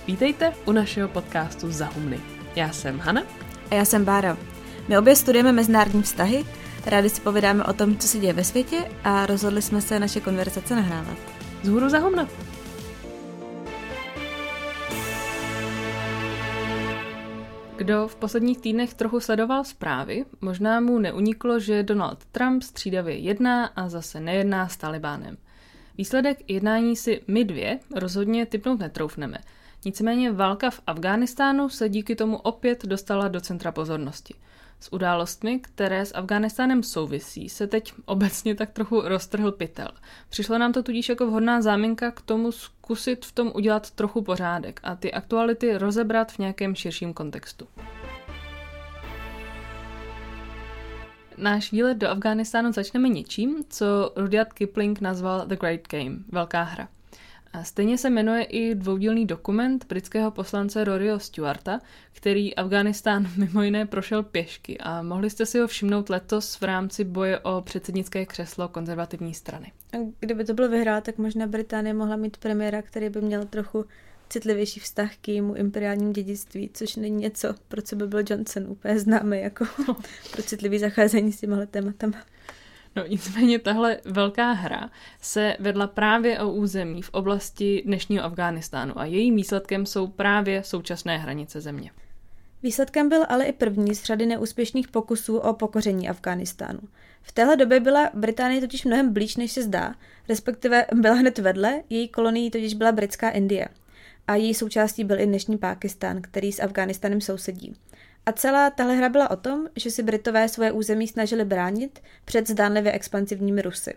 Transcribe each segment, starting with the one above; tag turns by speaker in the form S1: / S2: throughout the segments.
S1: Vítejte u našeho podcastu Za humny. Já jsem Hana.
S2: A já jsem Bára. My obě studujeme mezinárodní vztahy, rádi si povídáme o tom, co se děje ve světě a rozhodli jsme se naše konverzace nahrávat.
S1: Vzhůru za humna. Kdo v posledních týdnech trochu sledoval zprávy, možná mu neuniklo, že Donald Trump střídavě jedná a zase nejedná s Talibánem. Výsledek jednání si my dvě rozhodně tipnout netroufneme. Nicméně válka v Afghánistánu se díky tomu opět dostala do centra pozornosti. S událostmi, které s Afghánistánem souvisí, se teď obecně tak trochu roztrhl pytel. Přišlo nám to tudíž jako vhodná záminka k tomu zkusit v tom udělat trochu pořádek a ty aktuality rozebrat v nějakém širším kontextu. Náš výlet do Afghánistánu začneme něčím, co Rudyard Kipling nazval The Great Game, velká hra. A stejně se jmenuje i dvoudílný dokument britského poslance Roryho Stewarta, který Afghánistán mimo jiné prošel pěšky a mohli jste si ho všimnout letos v rámci boje o předsednické křeslo konzervativní strany.
S2: A kdyby to bylo vyhrál, tak možná Británie mohla mít premiéra, který by měl trochu citlivější vztah k jejímu imperiálnímu dědictví, což není něco, pro co by byl Johnson úplně známý jako pro citlivý zacházení s těmahle tématama.
S1: No nicméně tahle velká hra se vedla právě o území v oblasti dnešního Afghánistánu a jejím výsledkem jsou právě současné hranice země.
S2: Výsledkem byl ale i první z řady neúspěšných pokusů o pokoření Afghánistánu. V téhle době byla Británie totiž mnohem blíž, než se zdá, respektive byla hned vedle, její kolonií totiž byla britská Indie. A její součástí byl i dnešní Pákistán, který s Afghánistánem sousedí. A celá tahle hra byla o tom, že si Britové svoje území snažili bránit před zdánlivě expansivními Rusy.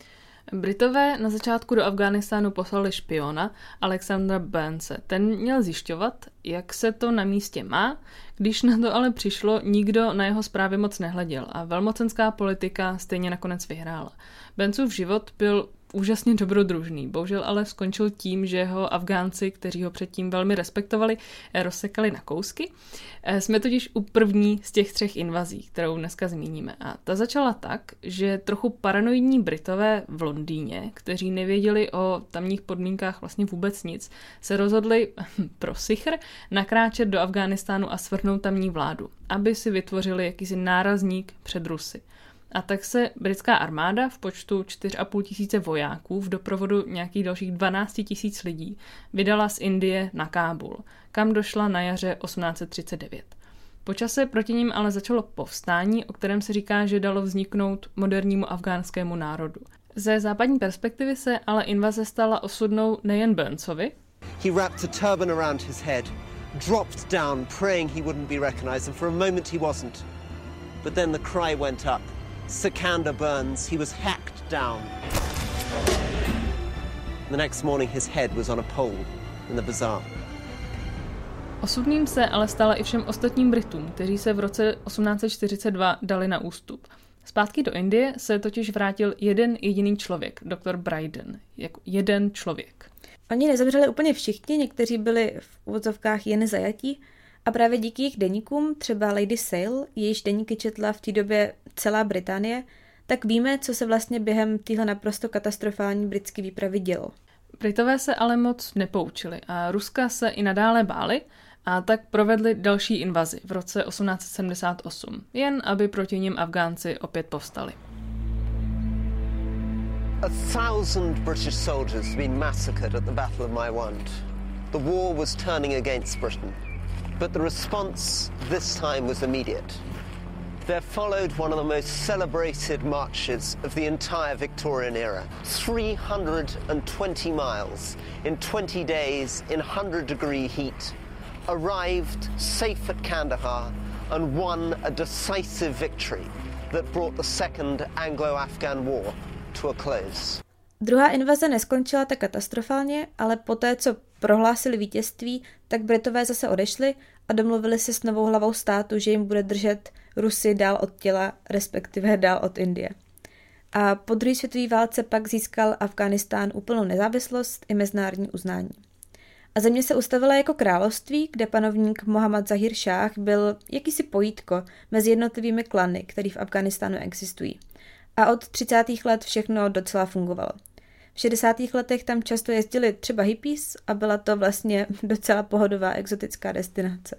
S1: Britové na začátku do Afghánistánu poslali špiona Alexandra Burnse. Ten měl zjišťovat, jak se to na místě má, když na to ale přišlo, nikdo na jeho zprávy moc nehleděl a velmocenská politika stejně nakonec vyhrála. Burnsův život byl úžasně dobrodružný, bohužel ale skončil tím, že ho Afgánci, kteří ho předtím velmi respektovali, rozsekali na kousky. Jsme totiž u první z těch 3 invazí, kterou dneska zmíníme. A ta začala tak, že trochu paranoidní Britové v Londýně, kteří nevěděli o tamních podmínkách vlastně vůbec nic, se rozhodli pro sichr nakráčet do Afghánistánu a svrhnout tamní vládu, aby si vytvořili jakýsi nárazník před Rusy. A tak se britská armáda v počtu 4,5 tisíce vojáků v doprovodu nějakých dalších 12 tisíc lidí vydala z Indie na Kábul, kam došla na jaře 1839. Po čase proti nim ale začalo povstání, o kterém se říká, že dalo vzniknout modernímu afgánskému národu. Ze západní perspektivy se ale invaze stala osudnou nejen Burnsovi.
S3: He wrapped a turban around his head, dropped down, praying he wouldn't be recognized, and for a moment he wasn't. But then the cry went up. Sikandar Burns, he was hacked down. The next morning his head was on a pole in the bazaar.
S1: Osudným se ale stala i všem ostatním Britům, kteří se v roce 1842 dali na ústup. Zpátky do Indie se totiž vrátil jeden jediný člověk, doktor Brydon, jako jeden člověk.
S2: Oni nezemřeli úplně všichni, někteří byli v uvozovkách jen zajatí a právě díky jejich deníkům, třeba Lady Sale, jejíž deníky četla v té době celá Británie, tak víme, co se vlastně během téhle naprosto katastrofální britské výpravy dělo.
S1: Britové se ale moc nepoučili a Ruska se i nadále báli a tak provedli další invazi v roce 1878, jen aby proti nim Afgánci opět povstali.
S3: 1,000 British soldiers had been massacred at the Battle of Maiwand. The war was turning against Britain, but the response this time was immediate. There followed one of the most celebrated marches of the entire Victorian era. 320 miles in 20 days in 100-degree heat, arrived safe at Kandahar and won a decisive victory that brought the Second Anglo-Afghan War to a close.
S2: Druhá invaze neskončila tak katastrofálně, ale poté, co prohlásili vítězství, tak Britové zase odešli a domluvili se s novou hlavou státu, že jim bude držet Rusy dál od těla, respektive dál od Indie. A po druhé světové válce pak získal Afghánistán úplnou nezávislost i mezinárodní uznání. A země se ustavila jako království, kde panovník Mohammad Zahir Šáh byl jakýsi pojítko mezi jednotlivými klany, které v Afghánistánu existují. A od 30. let všechno docela fungovalo. V 60. letech tam často jezdili třeba hippies a byla to vlastně docela pohodová exotická destinace.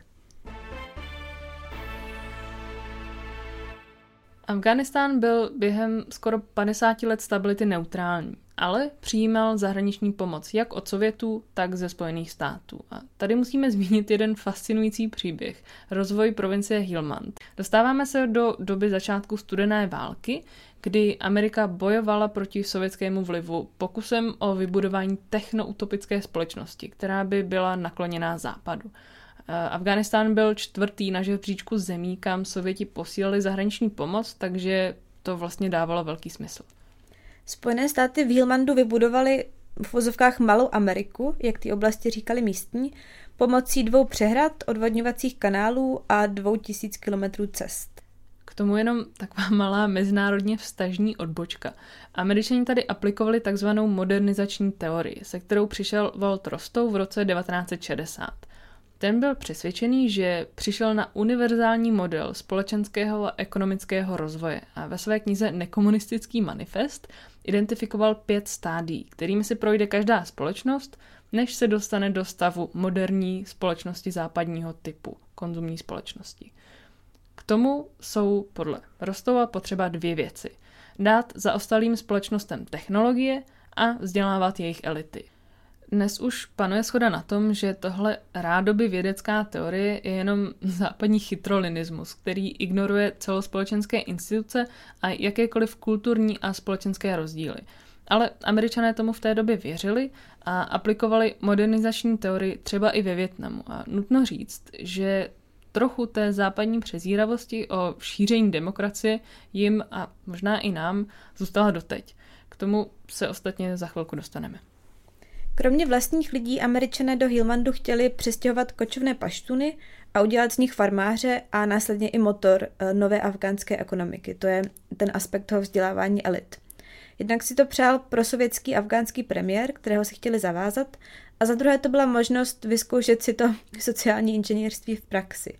S1: Afghánistán byl během skoro 50 let stability neutrální, ale přijímal zahraniční pomoc jak od Sovětů, tak ze Spojených států. A tady musíme zmínit jeden fascinující příběh, rozvoj provincie Helmand. Dostáváme se do doby začátku studené války, kdy Amerika bojovala proti sovětskému vlivu pokusem o vybudování technoutopické společnosti, která by byla nakloněná západu. Afghánistán byl 4. na žebříčku zemí, kam Sověti posílali zahraniční pomoc, takže to vlastně dávalo velký smysl.
S2: Spojené státy v Helmandu vybudovali v vozovkách malou Ameriku, jak ty oblasti říkali místní, pomocí 2 přehrad, odvodňovacích kanálů a 2000 kilometrů cest.
S1: K tomu jenom taková malá mezinárodně vztažní odbočka. Američani tady aplikovali takzvanou modernizační teorii, se kterou přišel Walt Rostow v roce 1960. Ten byl přesvědčený, že přišel na univerzální model společenského a ekonomického rozvoje a ve své knize Nekomunistický manifest identifikoval 5 stádií, kterými si projde každá společnost, než se dostane do stavu moderní společnosti západního typu, konzumní společnosti. K tomu jsou podle Rostowa potřeba 2 věci. Dát zaostalým společnostem technologie a vzdělávat jejich elity. Dnes už panuje shoda na tom, že tohle rádoby vědecká teorie je jenom západní chytrolinismus, který ignoruje celospolečenské instituce a jakékoliv kulturní a společenské rozdíly. Ale Američané tomu v té době věřili a aplikovali modernizační teorii třeba i ve Vietnamu. A nutno říct, že trochu té západní přezíravosti o šíření demokracie jim a možná i nám zůstala doteď. K tomu se ostatně za chvilku dostaneme.
S2: Kromě vlastních lidí Američané do Helmandu chtěli přestěhovat kočovné paštuny a udělat z nich farmáře a následně i motor nové afgánské ekonomiky. To je ten aspekt toho vzdělávání elit. Jednak si to přál prosovětský afgánský premiér, kterého si chtěli zavázat, a za druhé to byla možnost vyzkoušet si to sociální inženýrství v praxi.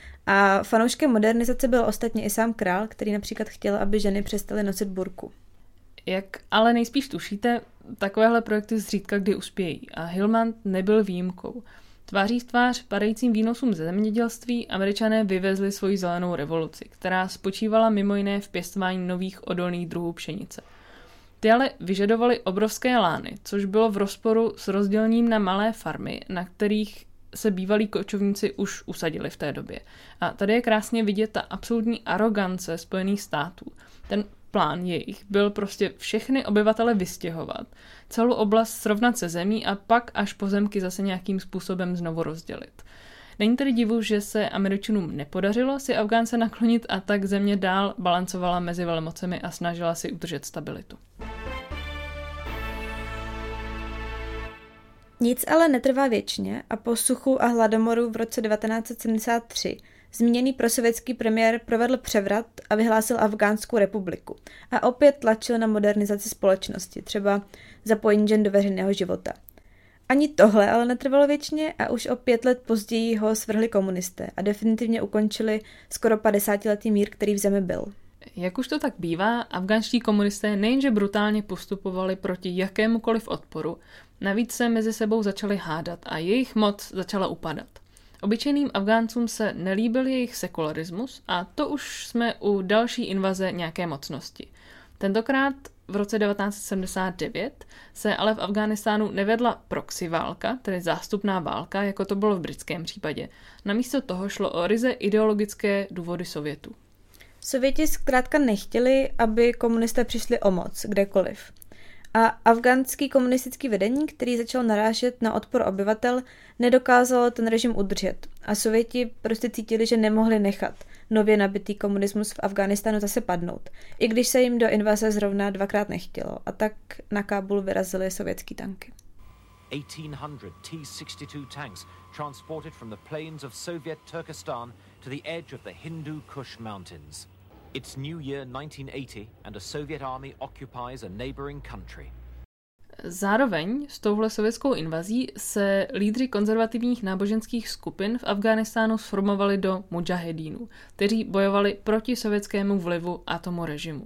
S2: A fanouškem modernizace byl ostatně i sám král, který například chtěl, aby ženy přestaly nosit burku.
S1: Jak ale nejspíš tušíte, takovéhle projekty zřídka kdy uspějí a Helmand nebyl výjimkou. Tváří v tvář padajícím výnosům ze zemědělství Američané vyvezli svoji zelenou revoluci, která spočívala mimo jiné v pěstování nových odolných druhů pšenice. Ty ale vyžadovaly obrovské lány, což bylo v rozporu s rozdělením na malé farmy, na kterých se bývalí kočovníci už usadili v té době. A tady je krásně vidět ta absolutní arogance Spojených států. Ten plán jejich byl prostě všechny obyvatele vystěhovat, celou oblast srovnat se zemí a pak až pozemky zase nějakým způsobem znovu rozdělit. Není tedy divu, že se Američanům nepodařilo si Afgánce naklonit a tak země dál balancovala mezi velmocemi a snažila si udržet stabilitu.
S2: Nic ale netrvá věčně a po suchu a hladomoru v roce 1973 zmíněný prosovětský premiér provedl převrat a vyhlásil Afgánskou republiku a opět tlačil na modernizaci společnosti, třeba zapojení žen do veřejného života. Ani tohle ale netrvalo věčně a už o 5 let později ho svrhli komunisté a definitivně ukončili skoro 50letý mír, který v zemi byl.
S1: Jak už to tak bývá, afgánští komunisté nejenže brutálně postupovali proti jakémukoliv odporu, navíc se mezi sebou začali hádat a jejich moc začala upadat. Obyčejným Afgáncům se nelíbil jejich sekularismus a to už jsme u další invaze nějaké mocnosti. Tentokrát v roce 1979 se ale v Afghánistánu nevedla proxy válka, tedy zástupná válka, jako to bylo v britském případě. Namísto toho šlo o ryze ideologické důvody Sovětů.
S2: Sověti zkrátka nechtěli, aby komunisté přišli o moc kdekoliv. A afgánský komunistický vedení, který začal narážet na odpor obyvatel, nedokázalo ten režim udržet. A Sověti prostě cítili, že nemohli nechat nově nabitý komunismus v Afghánistánu zase padnout, i když se jim do invaze zrovna 2krát nechtělo. A tak na Kábul vyrazily sovětský tanky.
S4: 1800 T-62 tanks transported from the plains of Soviet Turkestan to the edge of the Hindu Kush Mountains. It's New Year 1980 and a Soviet army occupies a neighboring country.
S1: Zároveň s touhle sovětskou invazí se lídři konzervativních náboženských skupin v Afghánistánu sformovali do mudžahedínů, kteří bojovali proti sovětskému vlivu a tomu režimu.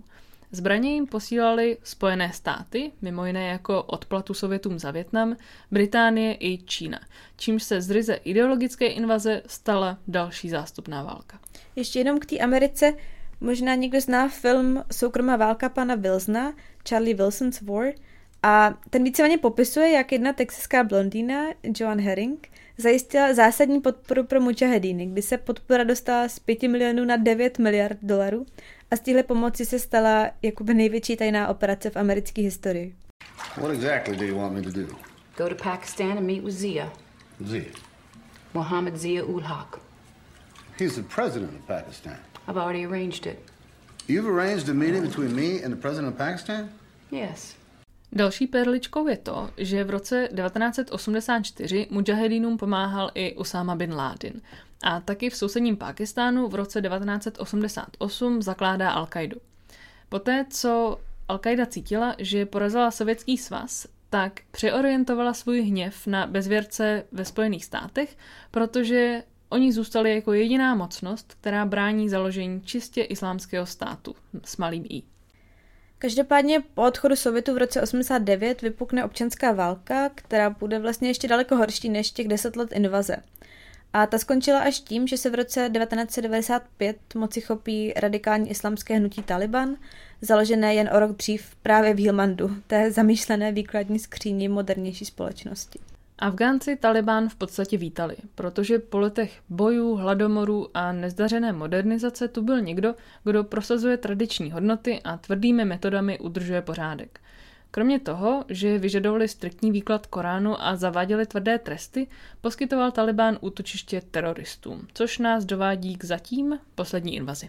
S1: Zbraně jim posílali Spojené státy, mimo jiné jako odplatu Sovětům za Vietnam, Británie i Čína, čímž se z ryze ideologické invaze stala další zástupná válka.
S2: Ještě jenom k té Americe, možná někdo zná film Soukromá válka pana Wilsona, Charlie Wilson's War, a ten víceméně popisuje, jak jedna texaská blondýna, Joan Herring, zajistila zásadní podporu pro mudžahedíny, kdy se podpora dostala z 5 milionů na 9 miliard dolarů a z téhle pomoci se stala jakoby největší tajná operace v americké historii.
S5: What exactly do you want me to do?
S6: Go to Pakistan and meet with Zia.
S5: Zia?
S6: Mohammed Zia-ul-Haq.
S5: He's the president of Pakistan.
S6: I've already arranged it.
S5: You've arranged a meeting between me and the president of Pakistan?
S6: Yes.
S1: Další perličkou je to, že v roce 1984 mudžahedínům pomáhal i Usáma bin Ládin. A taky v sousedním Pákistánu v roce 1988 zakládá Al-Kaidu. Poté, co Al-Qaida cítila, že porazila Sovětský svaz, tak přeorientovala svůj hněv na bezvěrce ve Spojených státech, protože oni zůstali jako jediná mocnost, která brání založení čistě islámského státu s malým i.
S2: Každopádně po odchodu Sovětů v roce 89 vypukne občanská válka, která bude vlastně ještě daleko horší než těch 10 let invaze. A ta skončila až tím, že se v roce 1995 moci chopí radikální islámské hnutí Taliban, založené jen o rok dřív právě v Helmandu, té zamýšlené výkladní skříni modernější společnosti.
S1: Afgánci Taliban v podstatě vítali, protože po letech bojů, hladomorů a nezdařené modernizace tu byl někdo, kdo prosazuje tradiční hodnoty a tvrdými metodami udržuje pořádek. Kromě toho, že vyžadovali striktní výklad Koránu a zaváděli tvrdé tresty, poskytoval Taliban útočiště teroristům, což nás dovádí k zatím poslední invazi.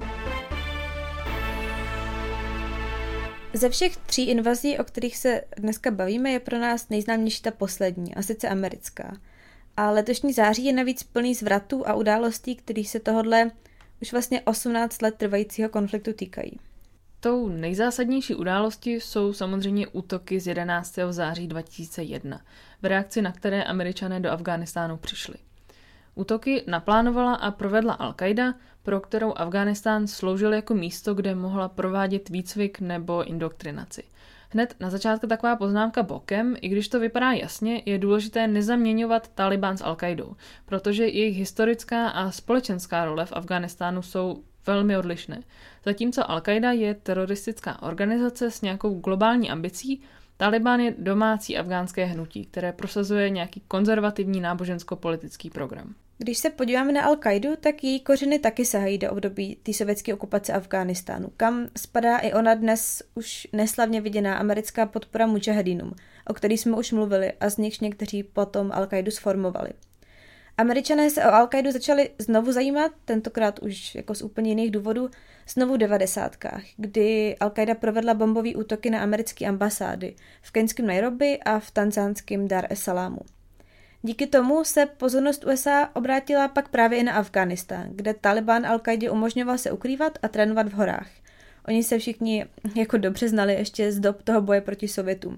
S2: Ze všech 3 invazí, o kterých se dneska bavíme, je pro nás nejznámější ta poslední, a sice americká. A letošní září je navíc plný zvratů a událostí, kterých se tohodle už vlastně 18 let trvajícího konfliktu týkají.
S1: Tou nejzásadnější událostí jsou samozřejmě útoky z 11. září 2001, v reakci na které Američané do Afghánistánu přišli. Útoky naplánovala a provedla Al-Qaida, pro kterou Afghánistán sloužil jako místo, kde mohla provádět výcvik nebo indoktrinaci. Hned na začátku taková poznámka bokem, i když to vypadá jasně, je důležité nezaměňovat Taliban s Al-Qaidou, protože jejich historická a společenská role v Afghánistánu jsou velmi odlišné. Zatímco Al-Qaida je teroristická organizace s nějakou globální ambicí, Taliban je domácí afgánské hnutí, které prosazuje nějaký konzervativní nábožensko-politický program.
S2: Když se podíváme na Al-Qaidu, tak její kořeny taky sahají do období té sovětské okupace Afghánistánu, kam spadá i ona dnes už neslavně viděná americká podpora mudžahedínům, o kterých jsme už mluvili a z nichž někteří potom Al-Qaidu sformovali. Američané se o Al-Qaidu začali znovu zajímat, tentokrát už jako z úplně jiných důvodů, znovu v 90kách, kdy Al-Qaida provedla bombové útoky na americké ambasády v keňském Nairobi a v tanzánském Dar es Salamu. Díky tomu se pozornost USA obrátila pak právě i na Afghánistán, kde Taliban Al-Qaidě umožňoval se ukrývat a trénovat v horách. Oni se všichni jako dobře znali ještě z dob toho boje proti Sovětům.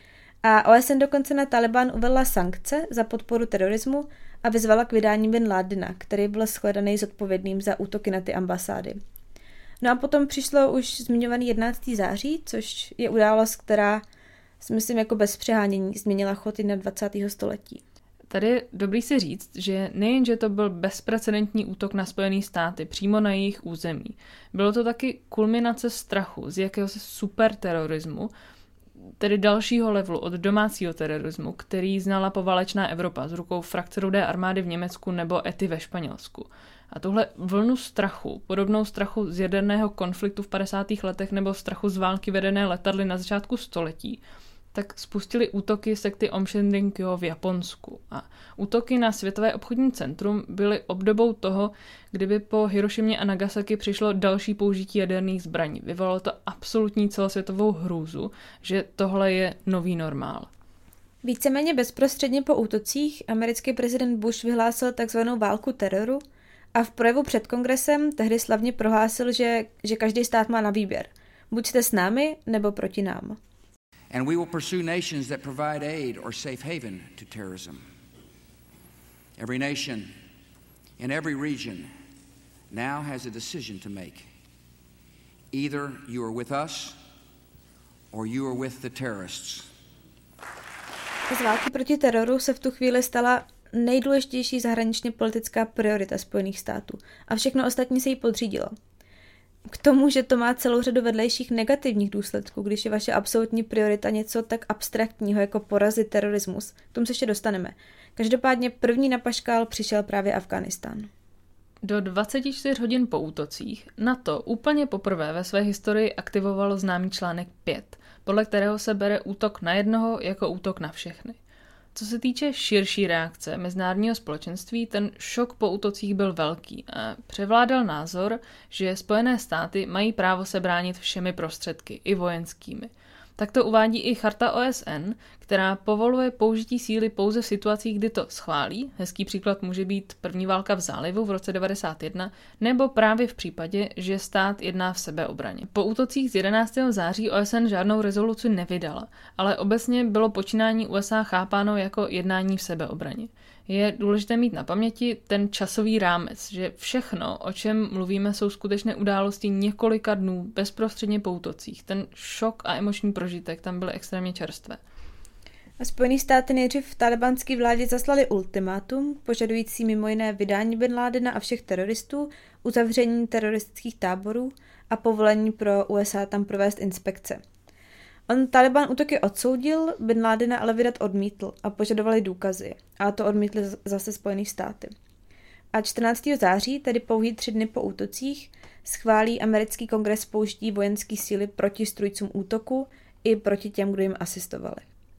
S2: A OSN dokonce na Taliban uvedla sankce za podporu terorismu a vyzvala k vydání bin Ládina, který byl shledaný zodpovědným za útoky na ty ambasády. No a potom přišlo už zmiňovaný 11. září, což je událost, která, si myslím, jako bez přehánění změnila chod 21. století.
S1: Tady je dobrý si říct, že nejenže to byl bezprecedentní útok na Spojené státy přímo na jejich území, bylo to taky kulminace strachu z jakéhosi superterorismu, tedy dalšího levelu od domácího terorismu, který znala poválečná Evropa z rukou frakce Rudé armády v Německu nebo ETI ve Španělsku. A tuhle vlnu strachu, podobnou strachu z jaderného konfliktu v 50. letech nebo strachu z války vedené letadly na začátku století, tak spustili útoky sekty Aum Shinrikyo v Japonsku. A útoky na Světové obchodní centrum byly obdobou toho, kdyby po Hirošimě a Nagasaki přišlo další použití jaderných zbraní. Vyvolalo to absolutní celosvětovou hrůzu, že tohle je nový normál.
S2: Víceméně bezprostředně po útocích americký prezident Bush vyhlásil takzvanou válku teroru a v projevu před kongresem tehdy slavně prohlásil, že každý stát má na výběr. Buď jste s námi, nebo proti nám.
S7: And we will pursue nations that provide aid or safe haven to terrorism. Every nation in every region now has a decision to make. Either you are with us or you are with the terrorists.
S2: Z války proti teroru se v tu chvíli stala nejdůležitější zahraničně politická priorita Spojených států a všechno ostatní se jí podřídilo. K tomu, že to má celou řadu vedlejších negativních důsledků, když je vaše absolutní priorita něco tak abstraktního jako porazit terorismus. K tomu se ještě dostaneme. Každopádně první na paškál přišel právě Afghánistán.
S1: Do 24 hodin po útocích NATO úplně poprvé ve své historii aktivovalo známý článek 5, podle kterého se bere útok na jednoho jako útok na všechny. Co se týče širší reakce mezinárodního společenství, ten šok po útocích byl velký a převládal názor, že Spojené státy mají právo se bránit všemi prostředky, i vojenskými. Tak to uvádí i charta OSN, která povoluje použití síly pouze v situacích, kdy to schválí. Hezký příklad může být první válka v zálivu v roce 1991, nebo právě v případě, že stát jedná v sebeobraně. Po útocích z 11. září OSN žádnou rezoluci nevydala, ale obecně bylo počínání USA chápáno jako jednání v sebeobraně. Je důležité mít na paměti ten časový rámec, že všechno, o čem mluvíme, jsou skutečné události několika dnů bezprostředně po útocích. Ten šok a emoční prožitek tam byly extrémně čerstvé.
S2: A Spojené státy nejdřív talibanské vládě zaslali ultimátum, požadující mimo jiné vydání Bin Ládena a všech teroristů, uzavření teroristických táborů a povolení pro USA tam provést inspekce. On Taliban útoky odsoudil, Bin Ládena ale vydat odmítl a požadovali důkazy, a to odmítli zase Spojené státy. A 14. září, tedy pouhý 3 dny po útocích, schválí americký kongres použití vojenské síly proti strůjcům útoku i proti těm, kdo jim asistovali.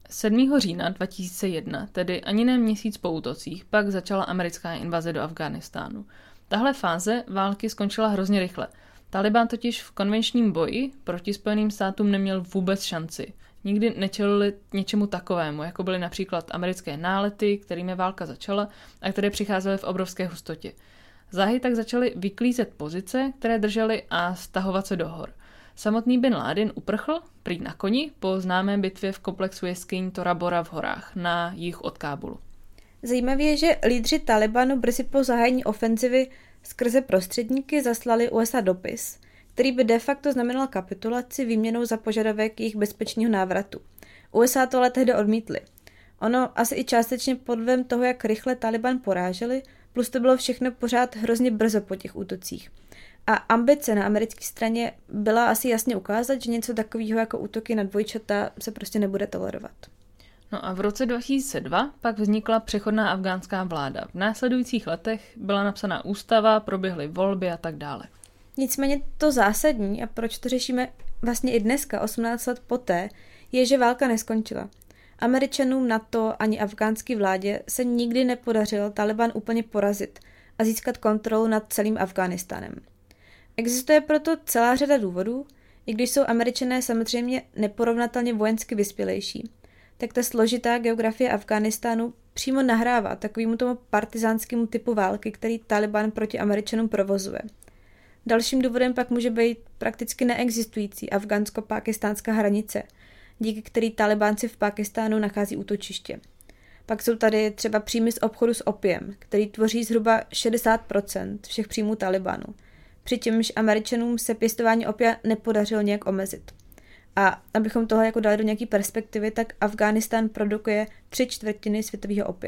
S1: 7. října 2001, tedy ani ne měsíc po útocích, pak začala americká invaze do Afghánistánu. Tahle fáze války skončila hrozně rychle. Taliban totiž v konvenčním boji proti Spojeným státům neměl vůbec šanci. Nikdy nečelili něčemu takovému, jako byly například americké nálety, kterými válka začala a které přicházely v obrovské hustotě. Záhy tak začaly vyklízet pozice, které držely a stahovat se do hor. Samotný Bin Laden uprchl, prý na koni, po známé bitvě v komplexu jeskyň Tora Bora v horách na jih od Kábulu.
S2: Zajímavé je, že lídři Talibanu brzy po zahájení ofenzivy skrze prostředníky zaslali USA dopis, který by de facto znamenal kapitulaci výměnou za požadavek jejich bezpečného návratu. USA to ale tehdy odmítli. Ono asi i částečně pod vlivem toho, jak rychle Taliban poráželi, plus to bylo všechno pořád hrozně brzo po těch útocích. A ambice na americké straně byla asi jasně ukázat, že něco takového jako útoky na dvojčata se prostě nebude tolerovat.
S1: No a v roce 2002 pak vznikla přechodná afgánská vláda. V následujících letech byla napsaná ústava, proběhly volby a tak dále.
S2: Nicméně to zásadní, a proč to řešíme vlastně i dneska, 18 let poté, je, že válka neskončila. Američanům, NATO ani afgánské vládě se nikdy nepodařilo Taliban úplně porazit a získat kontrolu nad celým Afghánistánem. Existuje proto celá řada důvodů, i když jsou Američané samozřejmě neporovnatelně vojensky vyspělejší, tak ta složitá geografie Afghánistánu přímo nahrává takovému tomu partizánskému typu války, který Taliban proti Američanům provozuje. Dalším důvodem pak může být prakticky neexistující afgánsko-pákistánská hranice, díky který Talibánci v Pákistánu nachází útočiště. Pak jsou tady třeba příjmy z obchodu s opiem, který tvoří zhruba 60% všech příjmů Talibánu. Přičemž Američanům se pěstování opia nepodařilo nějak omezit. A abychom tohle jako dali do nějaké perspektivy, tak Afghánistán produkuje 3/4 světového opia.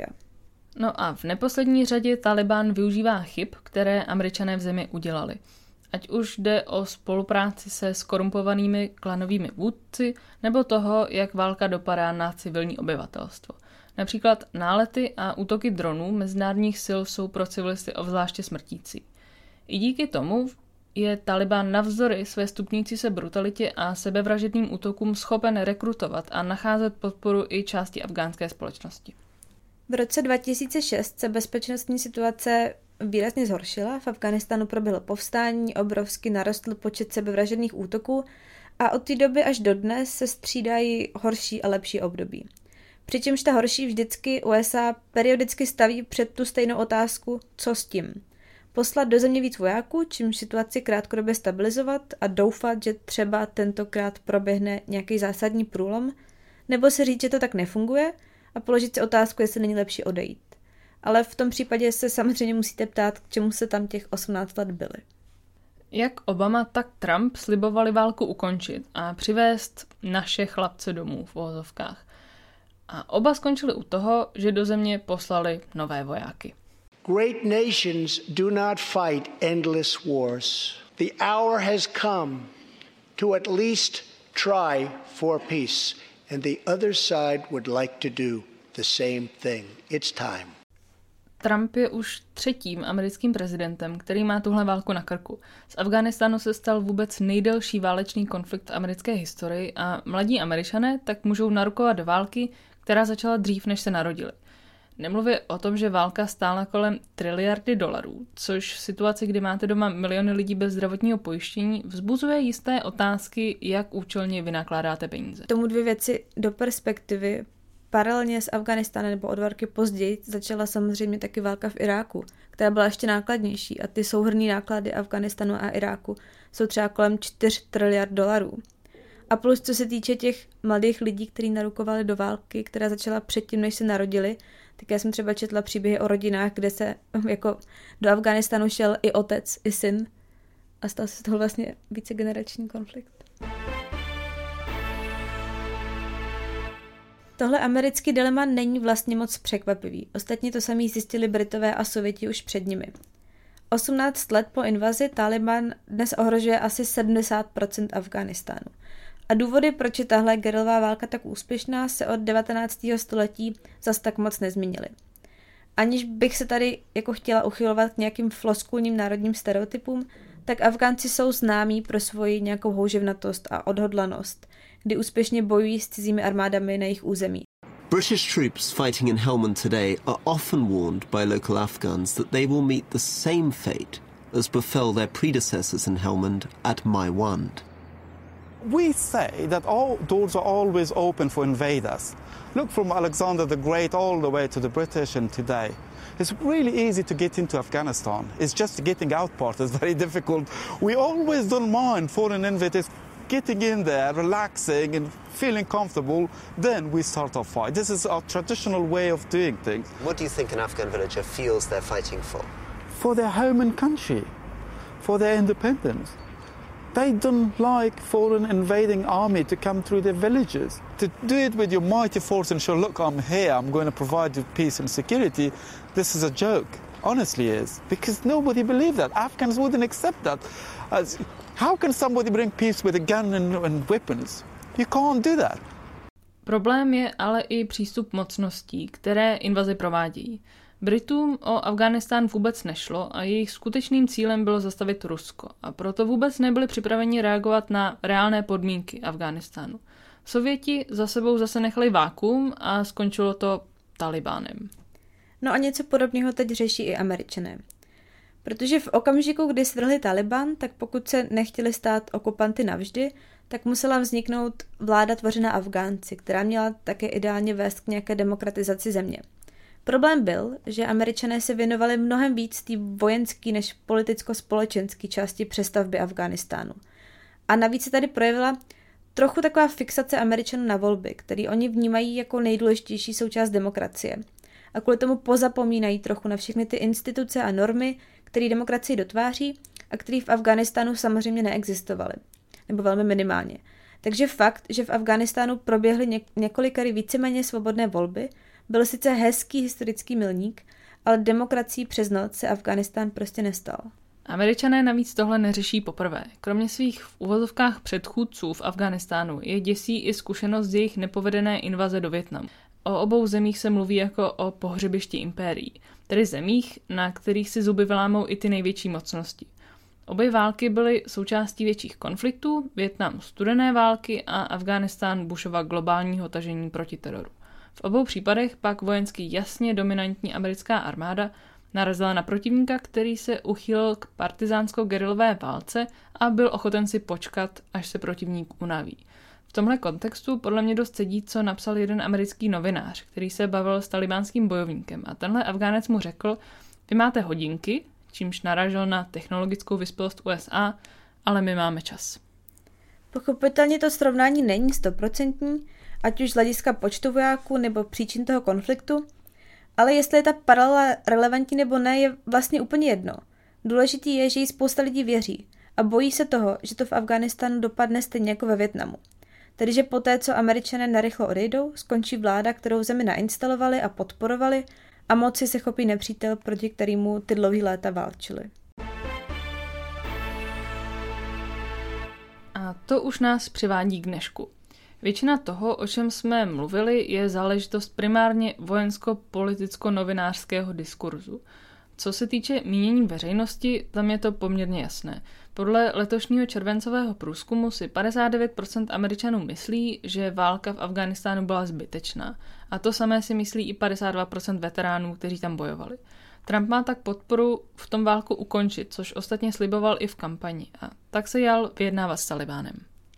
S1: No a v neposlední řadě Taliban využívá chyb, které Američané v zemi udělali. Ať už jde o spolupráci se skorumpovanými klanovými vůdci, nebo toho, jak válka dopadá na civilní obyvatelstvo. Například nálety a útoky dronů mezinárodních sil jsou pro civilisty obzvláště smrtící. I díky tomu je Taliban navzdory své stupňující se brutalitě a sebevražedným útokům schopen rekrutovat a nacházet podporu i části afgánské společnosti.
S2: V roce 2006 se bezpečnostní situace výrazně zhoršila, v Afghánistánu proběhlo povstání, obrovsky narostl počet sebevražedných útoků a od té doby až dodnes se střídají horší a lepší období. Přičemž ta horší vždycky USA periodicky staví před tu stejnou otázku, co s tím. Poslat do země víc vojáků, čímž situaci krátkodobě stabilizovat a doufat, že třeba tentokrát proběhne nějaký zásadní průlom, nebo se říct, že to tak nefunguje a položit si otázku, jestli není lepší odejít. Ale v tom případě se samozřejmě musíte ptát, k čemu se tam těch 18 let byly.
S1: Jak Obama, tak Trump slibovali válku ukončit a přivést naše chlapce domů v uvozovkách. A oba skončili u toho, že do země poslali nové vojáky.
S8: Great nations do not fight endless wars. The hour has come to at least try for peace, and the other side would like to do the same thing. It's time.
S1: Trump je už třetím americkým prezidentem, který má tuhle válku na krku. Z Afghánistánu se stal vůbec nejdelší válečný konflikt v americké historii a mladí Američané tak můžou narukovat do války, která začala dřív, než se narodili. Nemluvě o tom, že válka stála kolem triliardy dolarů, což v situaci, kdy máte doma miliony lidí bez zdravotního pojištění, vzbuzuje jisté otázky, jak účelně vynakládáte peníze.
S2: Tomu dvě věci do perspektivy. Paralelně s Afghánistánem nebo o 2 roky později začala samozřejmě taky válka v Iráku, která byla ještě nákladnější a ty souhrnný náklady Afghánistánu a Iráku jsou třeba kolem 4 triliard dolarů. A plus, co se týče těch mladých lidí, kteří narukovali do války, která začala předtím, než se narodili, tak já jsem třeba četla příběhy o rodinách, kde se jako do Afghánistánu šel i otec, i syn a stal se z toho vlastně vícegenerační konflikt. Tohle americký dilema není vlastně moc překvapivý. Ostatně to samý zjistili Britové a Sověti už před nimi. 18 let po invazi Taliban dnes ohrožuje asi 70% Afghánistánu. A důvody, proč je tahle gerilová válka tak úspěšná, se od 19. století zas tak moc nezměnily. Aniž bych se tady jako chtěla uchylovat k nějakým floskulním národním stereotypům, tak Afgánci jsou známí pro svoji nějakou houževnatost a odhodlanost, kdy úspěšně bojují s cizími armádami na jejich území.
S3: British troops fighting in Helmand today are often warned by local Afghans that they will meet the same fate as befell their predecessors in Helmand at Maiwand.
S9: We say that all doors are always open for invaders. Look from Alexander the Great all the way to the British and today. It's really easy to get into Afghanistan. It's just getting out part is very difficult. We always don't mind foreign invaders getting in there, relaxing and feeling comfortable, then we start our fight. This is our traditional way of doing things.
S3: What do you think an Afghan villager feels they're fighting for?
S9: For their home and country, for their independence. They don't like foreign invading army to come through their villages. To do it with your mighty force and show, look, I'm here, I'm going to provide you peace and security, this is a joke. Honestly is. Because nobody believes that. Afghans wouldn't accept that. How can somebody bring peace with a gun and weapons? You can't do that.
S1: Problém je ale i přístup mocností, které invazi provádějí. Britům o Afghánistán vůbec nešlo a jejich skutečným cílem bylo zastavit Rusko a proto vůbec nebyli připraveni reagovat na reálné podmínky Afghánistánu. Sověti za sebou zase nechali vákuum a skončilo to Talibánem.
S2: No a něco podobného teď řeší i Američané. Protože v okamžiku, kdy svrhli Taliban, tak pokud se nechtěli stát okupanty navždy, tak musela vzniknout vláda tvořená Afgánci, která měla také ideálně vést k nějaké demokratizaci země. Problém byl, že Američané se věnovali mnohem víc té vojenské než politicko-společenské části přestavby Afghánistánu. A navíc se tady projevila trochu taková fixace Američanů na volby, který oni vnímají jako nejdůležitější součást demokracie. A kvůli tomu pozapomínají trochu na všechny ty instituce a normy, které demokracii dotváří a které v Afghánistánu samozřejmě neexistovaly. Nebo velmi minimálně. Takže fakt, že v Afghánistánu proběhly několikary víceméně svobodné volby, byl sice hezký historický milník, ale demokracií přes noc se Afghánistán prostě nestal.
S1: Američané navíc tohle neřeší poprvé. Kromě svých v uvozovkách předchůdců v Afghánistánu je děsí i zkušenost z jejich nepovedené invaze do Vietnamu. O obou zemích se mluví jako o pohřebišti impérií, tedy zemích, na kterých si zuby vylámou i ty největší mocnosti. Obě války byly součástí větších konfliktů, Vietnam studené války a Afghánistán Bushova globálního tažení proti teroru. V obou případech pak vojensky jasně dominantní americká armáda narazila na protivníka, který se uchýlil k partizánsko-gerilové válce a byl ochoten si počkat, až se protivník unaví. V tomhle kontextu podle mě dost sedí, co napsal jeden americký novinář, který se bavil s talibánským bojovníkem a tenhle Afgánec mu řekl, vy máte hodinky, čímž narážel na technologickou vyspělost USA, ale my máme čas.
S2: Pochopitelně to srovnání není 100%, ať už z hlediska počtu vojáků nebo příčin toho konfliktu, ale jestli je ta paralela relevantní nebo ne, je vlastně úplně jedno. Důležitý je, že jí spousta lidí věří a bojí se toho, že to v Afghánistánu dopadne stejně jako ve Vietnamu. Tedy, že poté, co Američané narychlo odejdou, skončí vláda, kterou v zemi nainstalovali a podporovali, a moci se chopí nepřítel, proti kterému ty dlouhý léta válčili.
S1: A to už nás přivádí k dnešku. Většina toho, o čem jsme mluvili, je záležitost primárně vojensko-politicko-novinářského diskurzu. Co se týče mínění veřejnosti, tam je to poměrně jasné. Podle letošního červencového průzkumu si 59% Američanů myslí, že válka v Afghánistánu byla zbytečná. A to samé si myslí i 52% veteránů, kteří tam bojovali. Trump má tak podporu v tom válku ukončit, což ostatně sliboval i v kampani. A tak se jal vyjednávat s Talibánem.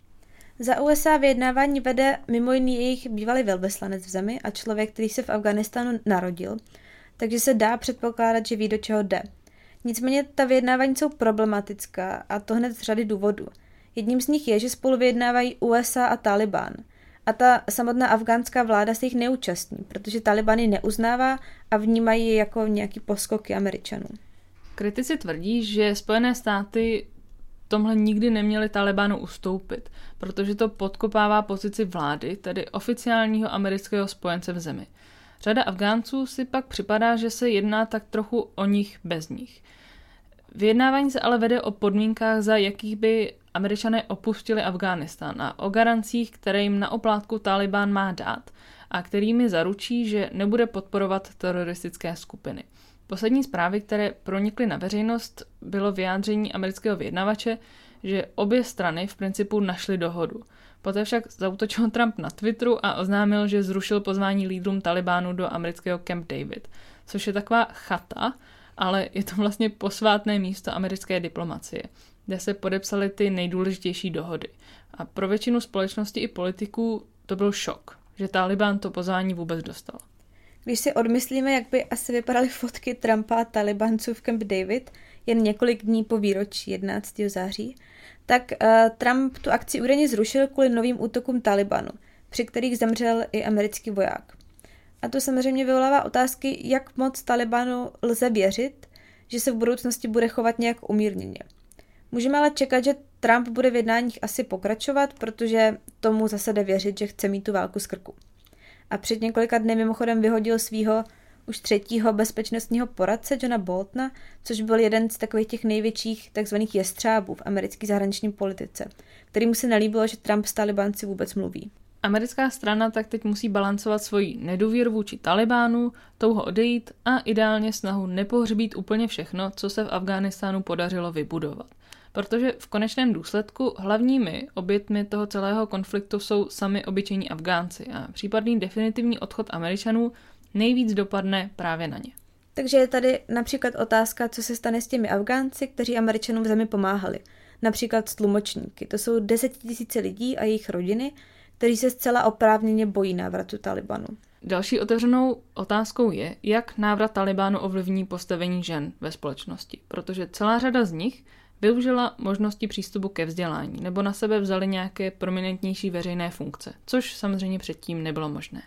S2: Za USA vyjednávání vede mimo jiný jejich bývalý velvyslanec v zemi a člověk, který se v Afghánistánu narodil, takže se dá předpokládat, že ví, do čeho jde. Nicméně ta vyjednávání jsou problematická a to hned z řady důvodů. Jedním z nich je, že spolu vyjednávají USA a Talibán. A ta samotná afgánská vláda se jich neúčastní, protože Talibán ji neuznává a vnímají je jako nějaký poskoky Američanů.
S1: Kritici tvrdí, že Spojené státy tomhle nikdy neměli Talibánu ustoupit, protože to podkopává pozici vlády, tedy oficiálního amerického spojence v zemi. Řada Afgánců si pak připadá, že se jedná tak trochu o nich bez nich. Vyjednávání se ale vede o podmínkách, za jakých by Američané opustili Afghánistán a o garancích, které jim na oplátku Talibán má dát a kterými zaručí, že nebude podporovat teroristické skupiny. Poslední zprávy, které pronikly na veřejnost, bylo vyjádření amerického vyjednavače, že obě strany v principu našly dohodu. Poté však zaútočil Trump na Twitteru a oznámil, že zrušil pozvání lídrům Talibánu do amerického Camp David, což je taková chata, ale je to vlastně posvátné místo americké diplomacie, kde se podepsaly ty nejdůležitější dohody. A pro většinu společnosti i politiků to byl šok, že Talibán to pozvání vůbec dostal.
S2: Když si odmyslíme, jak by asi vypadaly fotky Trumpa a Talibanců v Camp David, jen několik dní po výročí 11. září, tak Trump tu akci údajně zrušil kvůli novým útokům Talibanu, při kterých zemřel i americký voják. A to samozřejmě vyvolává otázky, jak moc Talibanu lze věřit, že se v budoucnosti bude chovat nějak umírněně. Můžeme ale čekat, že Trump bude v jednáních asi pokračovat, protože tomu zase jde věřit, že chce mít tu válku z krku. A před několika dny mimochodem vyhodil svého už 3. bezpečnostního poradce Johna Boltona, což byl jeden z takových těch největších takzvaných jestřábů v americké zahraniční politice, kterýmu se nelíbilo, že Trump s Talibánci vůbec mluví.
S1: Americká strana tak teď musí balancovat svoji nedůvěru vůči Talibánu, touho odejít a ideálně snahu nepohřbít úplně všechno, co se v Afghánistánu podařilo vybudovat. Protože v konečném důsledku hlavními oběťmi toho celého konfliktu jsou sami obyčejní Afgánci a případný definitivní odchod Američanů nejvíc dopadne právě na ně.
S2: Takže je tady například otázka, co se stane s těmi Afgánci, kteří Američanům v zemi pomáhali. Například s tlumočníky. To jsou 10 000 lidí a jejich rodiny, kteří se zcela oprávněně bojí návratu Talibanu.
S1: Další otevřenou otázkou je, jak návrat Talibánu ovlivní postavení žen ve společnosti, protože celá řada z nich využila možnosti přístupu ke vzdělání nebo na sebe vzali nějaké prominentnější veřejné funkce, což samozřejmě předtím nebylo možné.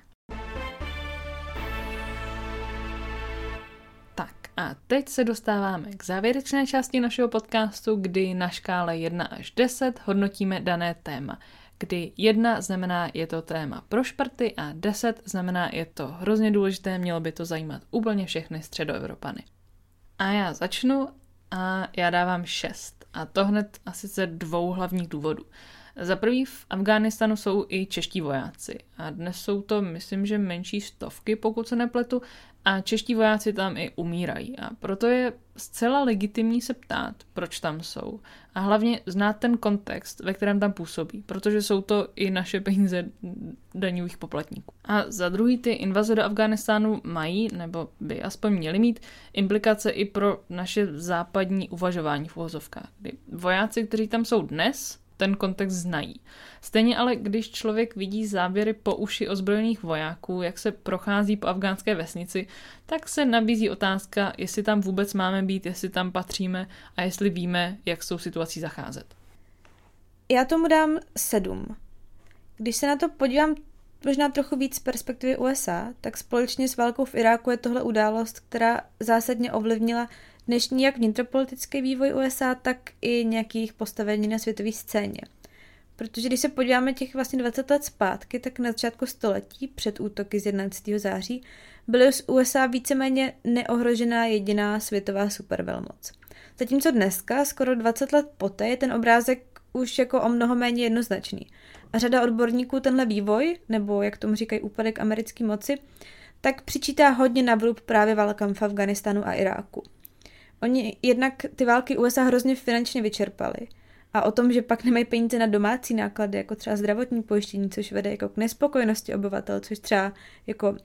S1: Tak a teď se dostáváme k závěrečné části našeho podcastu, kdy na škále 1 až 10 hodnotíme dané téma. Kdy 1 znamená, je to téma pro šprty a 10 znamená, je to hrozně důležité, mělo by to zajímat úplně všechny Středoevropany. A já začnu a já dávám 6. A to hned asi ze 2 hlavních důvodů. Za prvý v Afghánistanu jsou i čeští vojáci. A dnes jsou to, myslím, že menší stovky, pokud se nepletu. A čeští vojáci tam i umírají. A proto je zcela legitimní se ptát, proč tam jsou. A hlavně znát ten kontext, ve kterém tam působí. Protože jsou to i naše peníze daňových poplatníků. A za druhý ty invaze do Afghánistánu mají, nebo by aspoň měly mít, implikace i pro naše západní uvažování v uvozovkách. Kdy vojáci, kteří tam jsou dnes, ten kontext znají. Stejně ale, když člověk vidí záběry po uši ozbrojených vojáků, jak se prochází po afgánské vesnici, tak se nabízí otázka, jestli tam vůbec máme být, jestli tam patříme a jestli víme, jak s tou situací zacházet.
S2: Já tomu dám 7. Když se na to podívám možná trochu víc z perspektivy USA, tak společně s válkou v Iráku je tohle událost, která zásadně ovlivnila dnešní jak vnitropolitický vývoj USA, tak i nějakých postavení na světové scéně. Protože když se podíváme těch vlastně 20 let zpátky, tak na začátku století, před útoky z 11. září, byly z USA víceméně neohrožená jediná světová supervelmoc. Zatímco dneska, skoro 20 let poté, je ten obrázek už jako o mnoho méně jednoznačný. A řada odborníků tenhle vývoj, nebo jak tomu říkají úpadek americké moci, tak přičítá hodně na vrub právě válkám v Afghánistánu a Iráku. Oni jednak ty války USA hrozně finančně vyčerpali. A o tom, že pak nemají peníze na domácí náklady, jako třeba zdravotní pojištění, což vede jako k nespokojenosti obyvatel, což třeba jako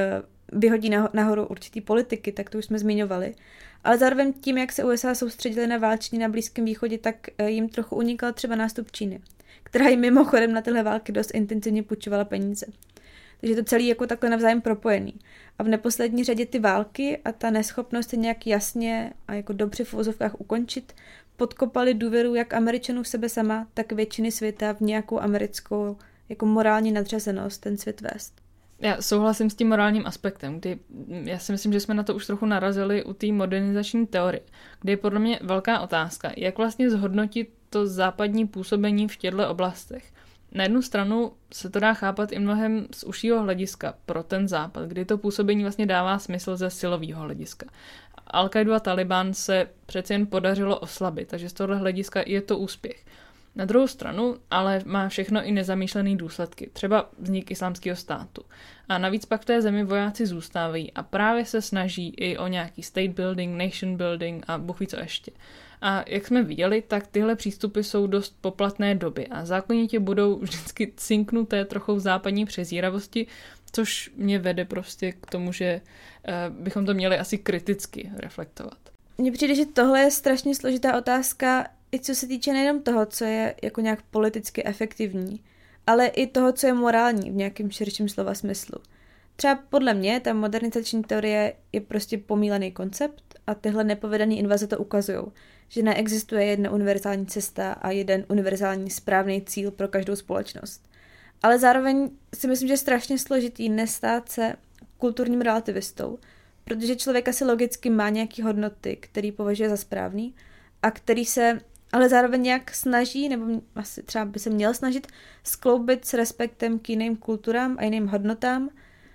S2: vyhodí nahoru určitý politiky, tak to už jsme zmiňovali. Ale zároveň tím, jak se USA soustředili na válčení na Blízkém východě, tak jim trochu unikal třeba nástup Číny, která jim mimochodem na tyhle války dost intenzivně půjčovala peníze. Takže to celé jako takhle navzájem propojený. A v neposlední řadě ty války a ta neschopnost se nějak jasně a jako dobře v uvozovkách ukončit podkopali důvěru jak Američanů v sebe sama, tak většiny světa v nějakou americkou jako morální nadřazenost ten svět vést.
S1: Já souhlasím s tím morálním aspektem, kdy já si myslím, že jsme na to už trochu narazili u té modernizační teorie, kde je podle mě velká otázka, jak vlastně zhodnotit to západní působení v těchto oblastech. Na jednu stranu se to dá chápat i mnohem z užšího hlediska pro ten západ, kdy to působení vlastně dává smysl ze silového hlediska. Al-Qaidu a Taliban se přece jen podařilo oslabit, takže z tohohle hlediska je to úspěch. Na druhou stranu ale má všechno i nezamýšlené důsledky, třeba vznik islámského státu. A navíc pak v té zemi vojáci zůstávají a právě se snaží i o nějaký state building, nation building a bůh ví co ještě. A jak jsme viděli, tak tyhle přístupy jsou dost poplatné doby a zákonitě budou vždycky cinknuté trochu v západní přezíravosti, což mě vede prostě k tomu, že bychom to měli asi kriticky reflektovat.
S2: Mně přijde, že tohle je strašně složitá otázka, i co se týče nejenom toho, co je jako nějak politicky efektivní, ale i toho, co je morální v nějakém širším slova smyslu. Třeba podle mě ta modernizační teorie je prostě pomílený koncept a tyhle nepovedené invaze to ukazují, že neexistuje jedna univerzální cesta a jeden univerzální správný cíl pro každou společnost. Ale zároveň si myslím, že je strašně složitý nestát se kulturním relativistou, protože člověk asi logicky má nějaké hodnoty, který považuje za správný a který se ale zároveň nějak snaží, nebo asi třeba by se měl snažit skloubit s respektem k jiným kulturám a jiným hodnotám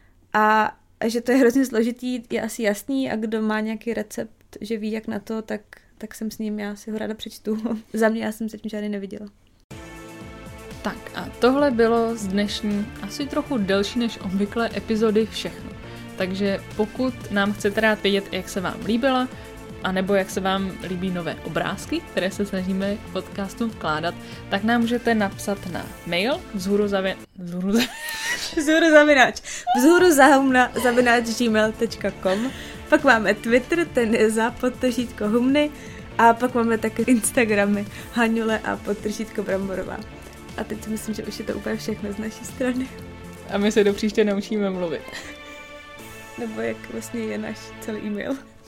S2: a že to je hrozně složitý, je asi jasný a kdo má nějaký recept, že ví jak na to, tak jsem s ním, já si ho ráda přečtu. Za mě já jsem se tím žádný neviděla.
S1: Tak a tohle bylo z dnešní, asi trochu delší než obvykle epizody všechno. Takže pokud nám chcete rád vědět, jak se vám líbila, anebo jak se vám líbí nové obrázky, které se snažíme v podcastu vkládat, tak nám můžete napsat na mail
S2: vzhůruzahamna@gmail.com. Pak máme Twitter, ten je za _humny a pak máme taky Instagramy Haňule a _Bramborová. A teď si myslím, že už je to úplně všechno z naší strany.
S1: A my se do příště naučíme mluvit.
S2: Nebo jak vlastně je náš celý e-mail.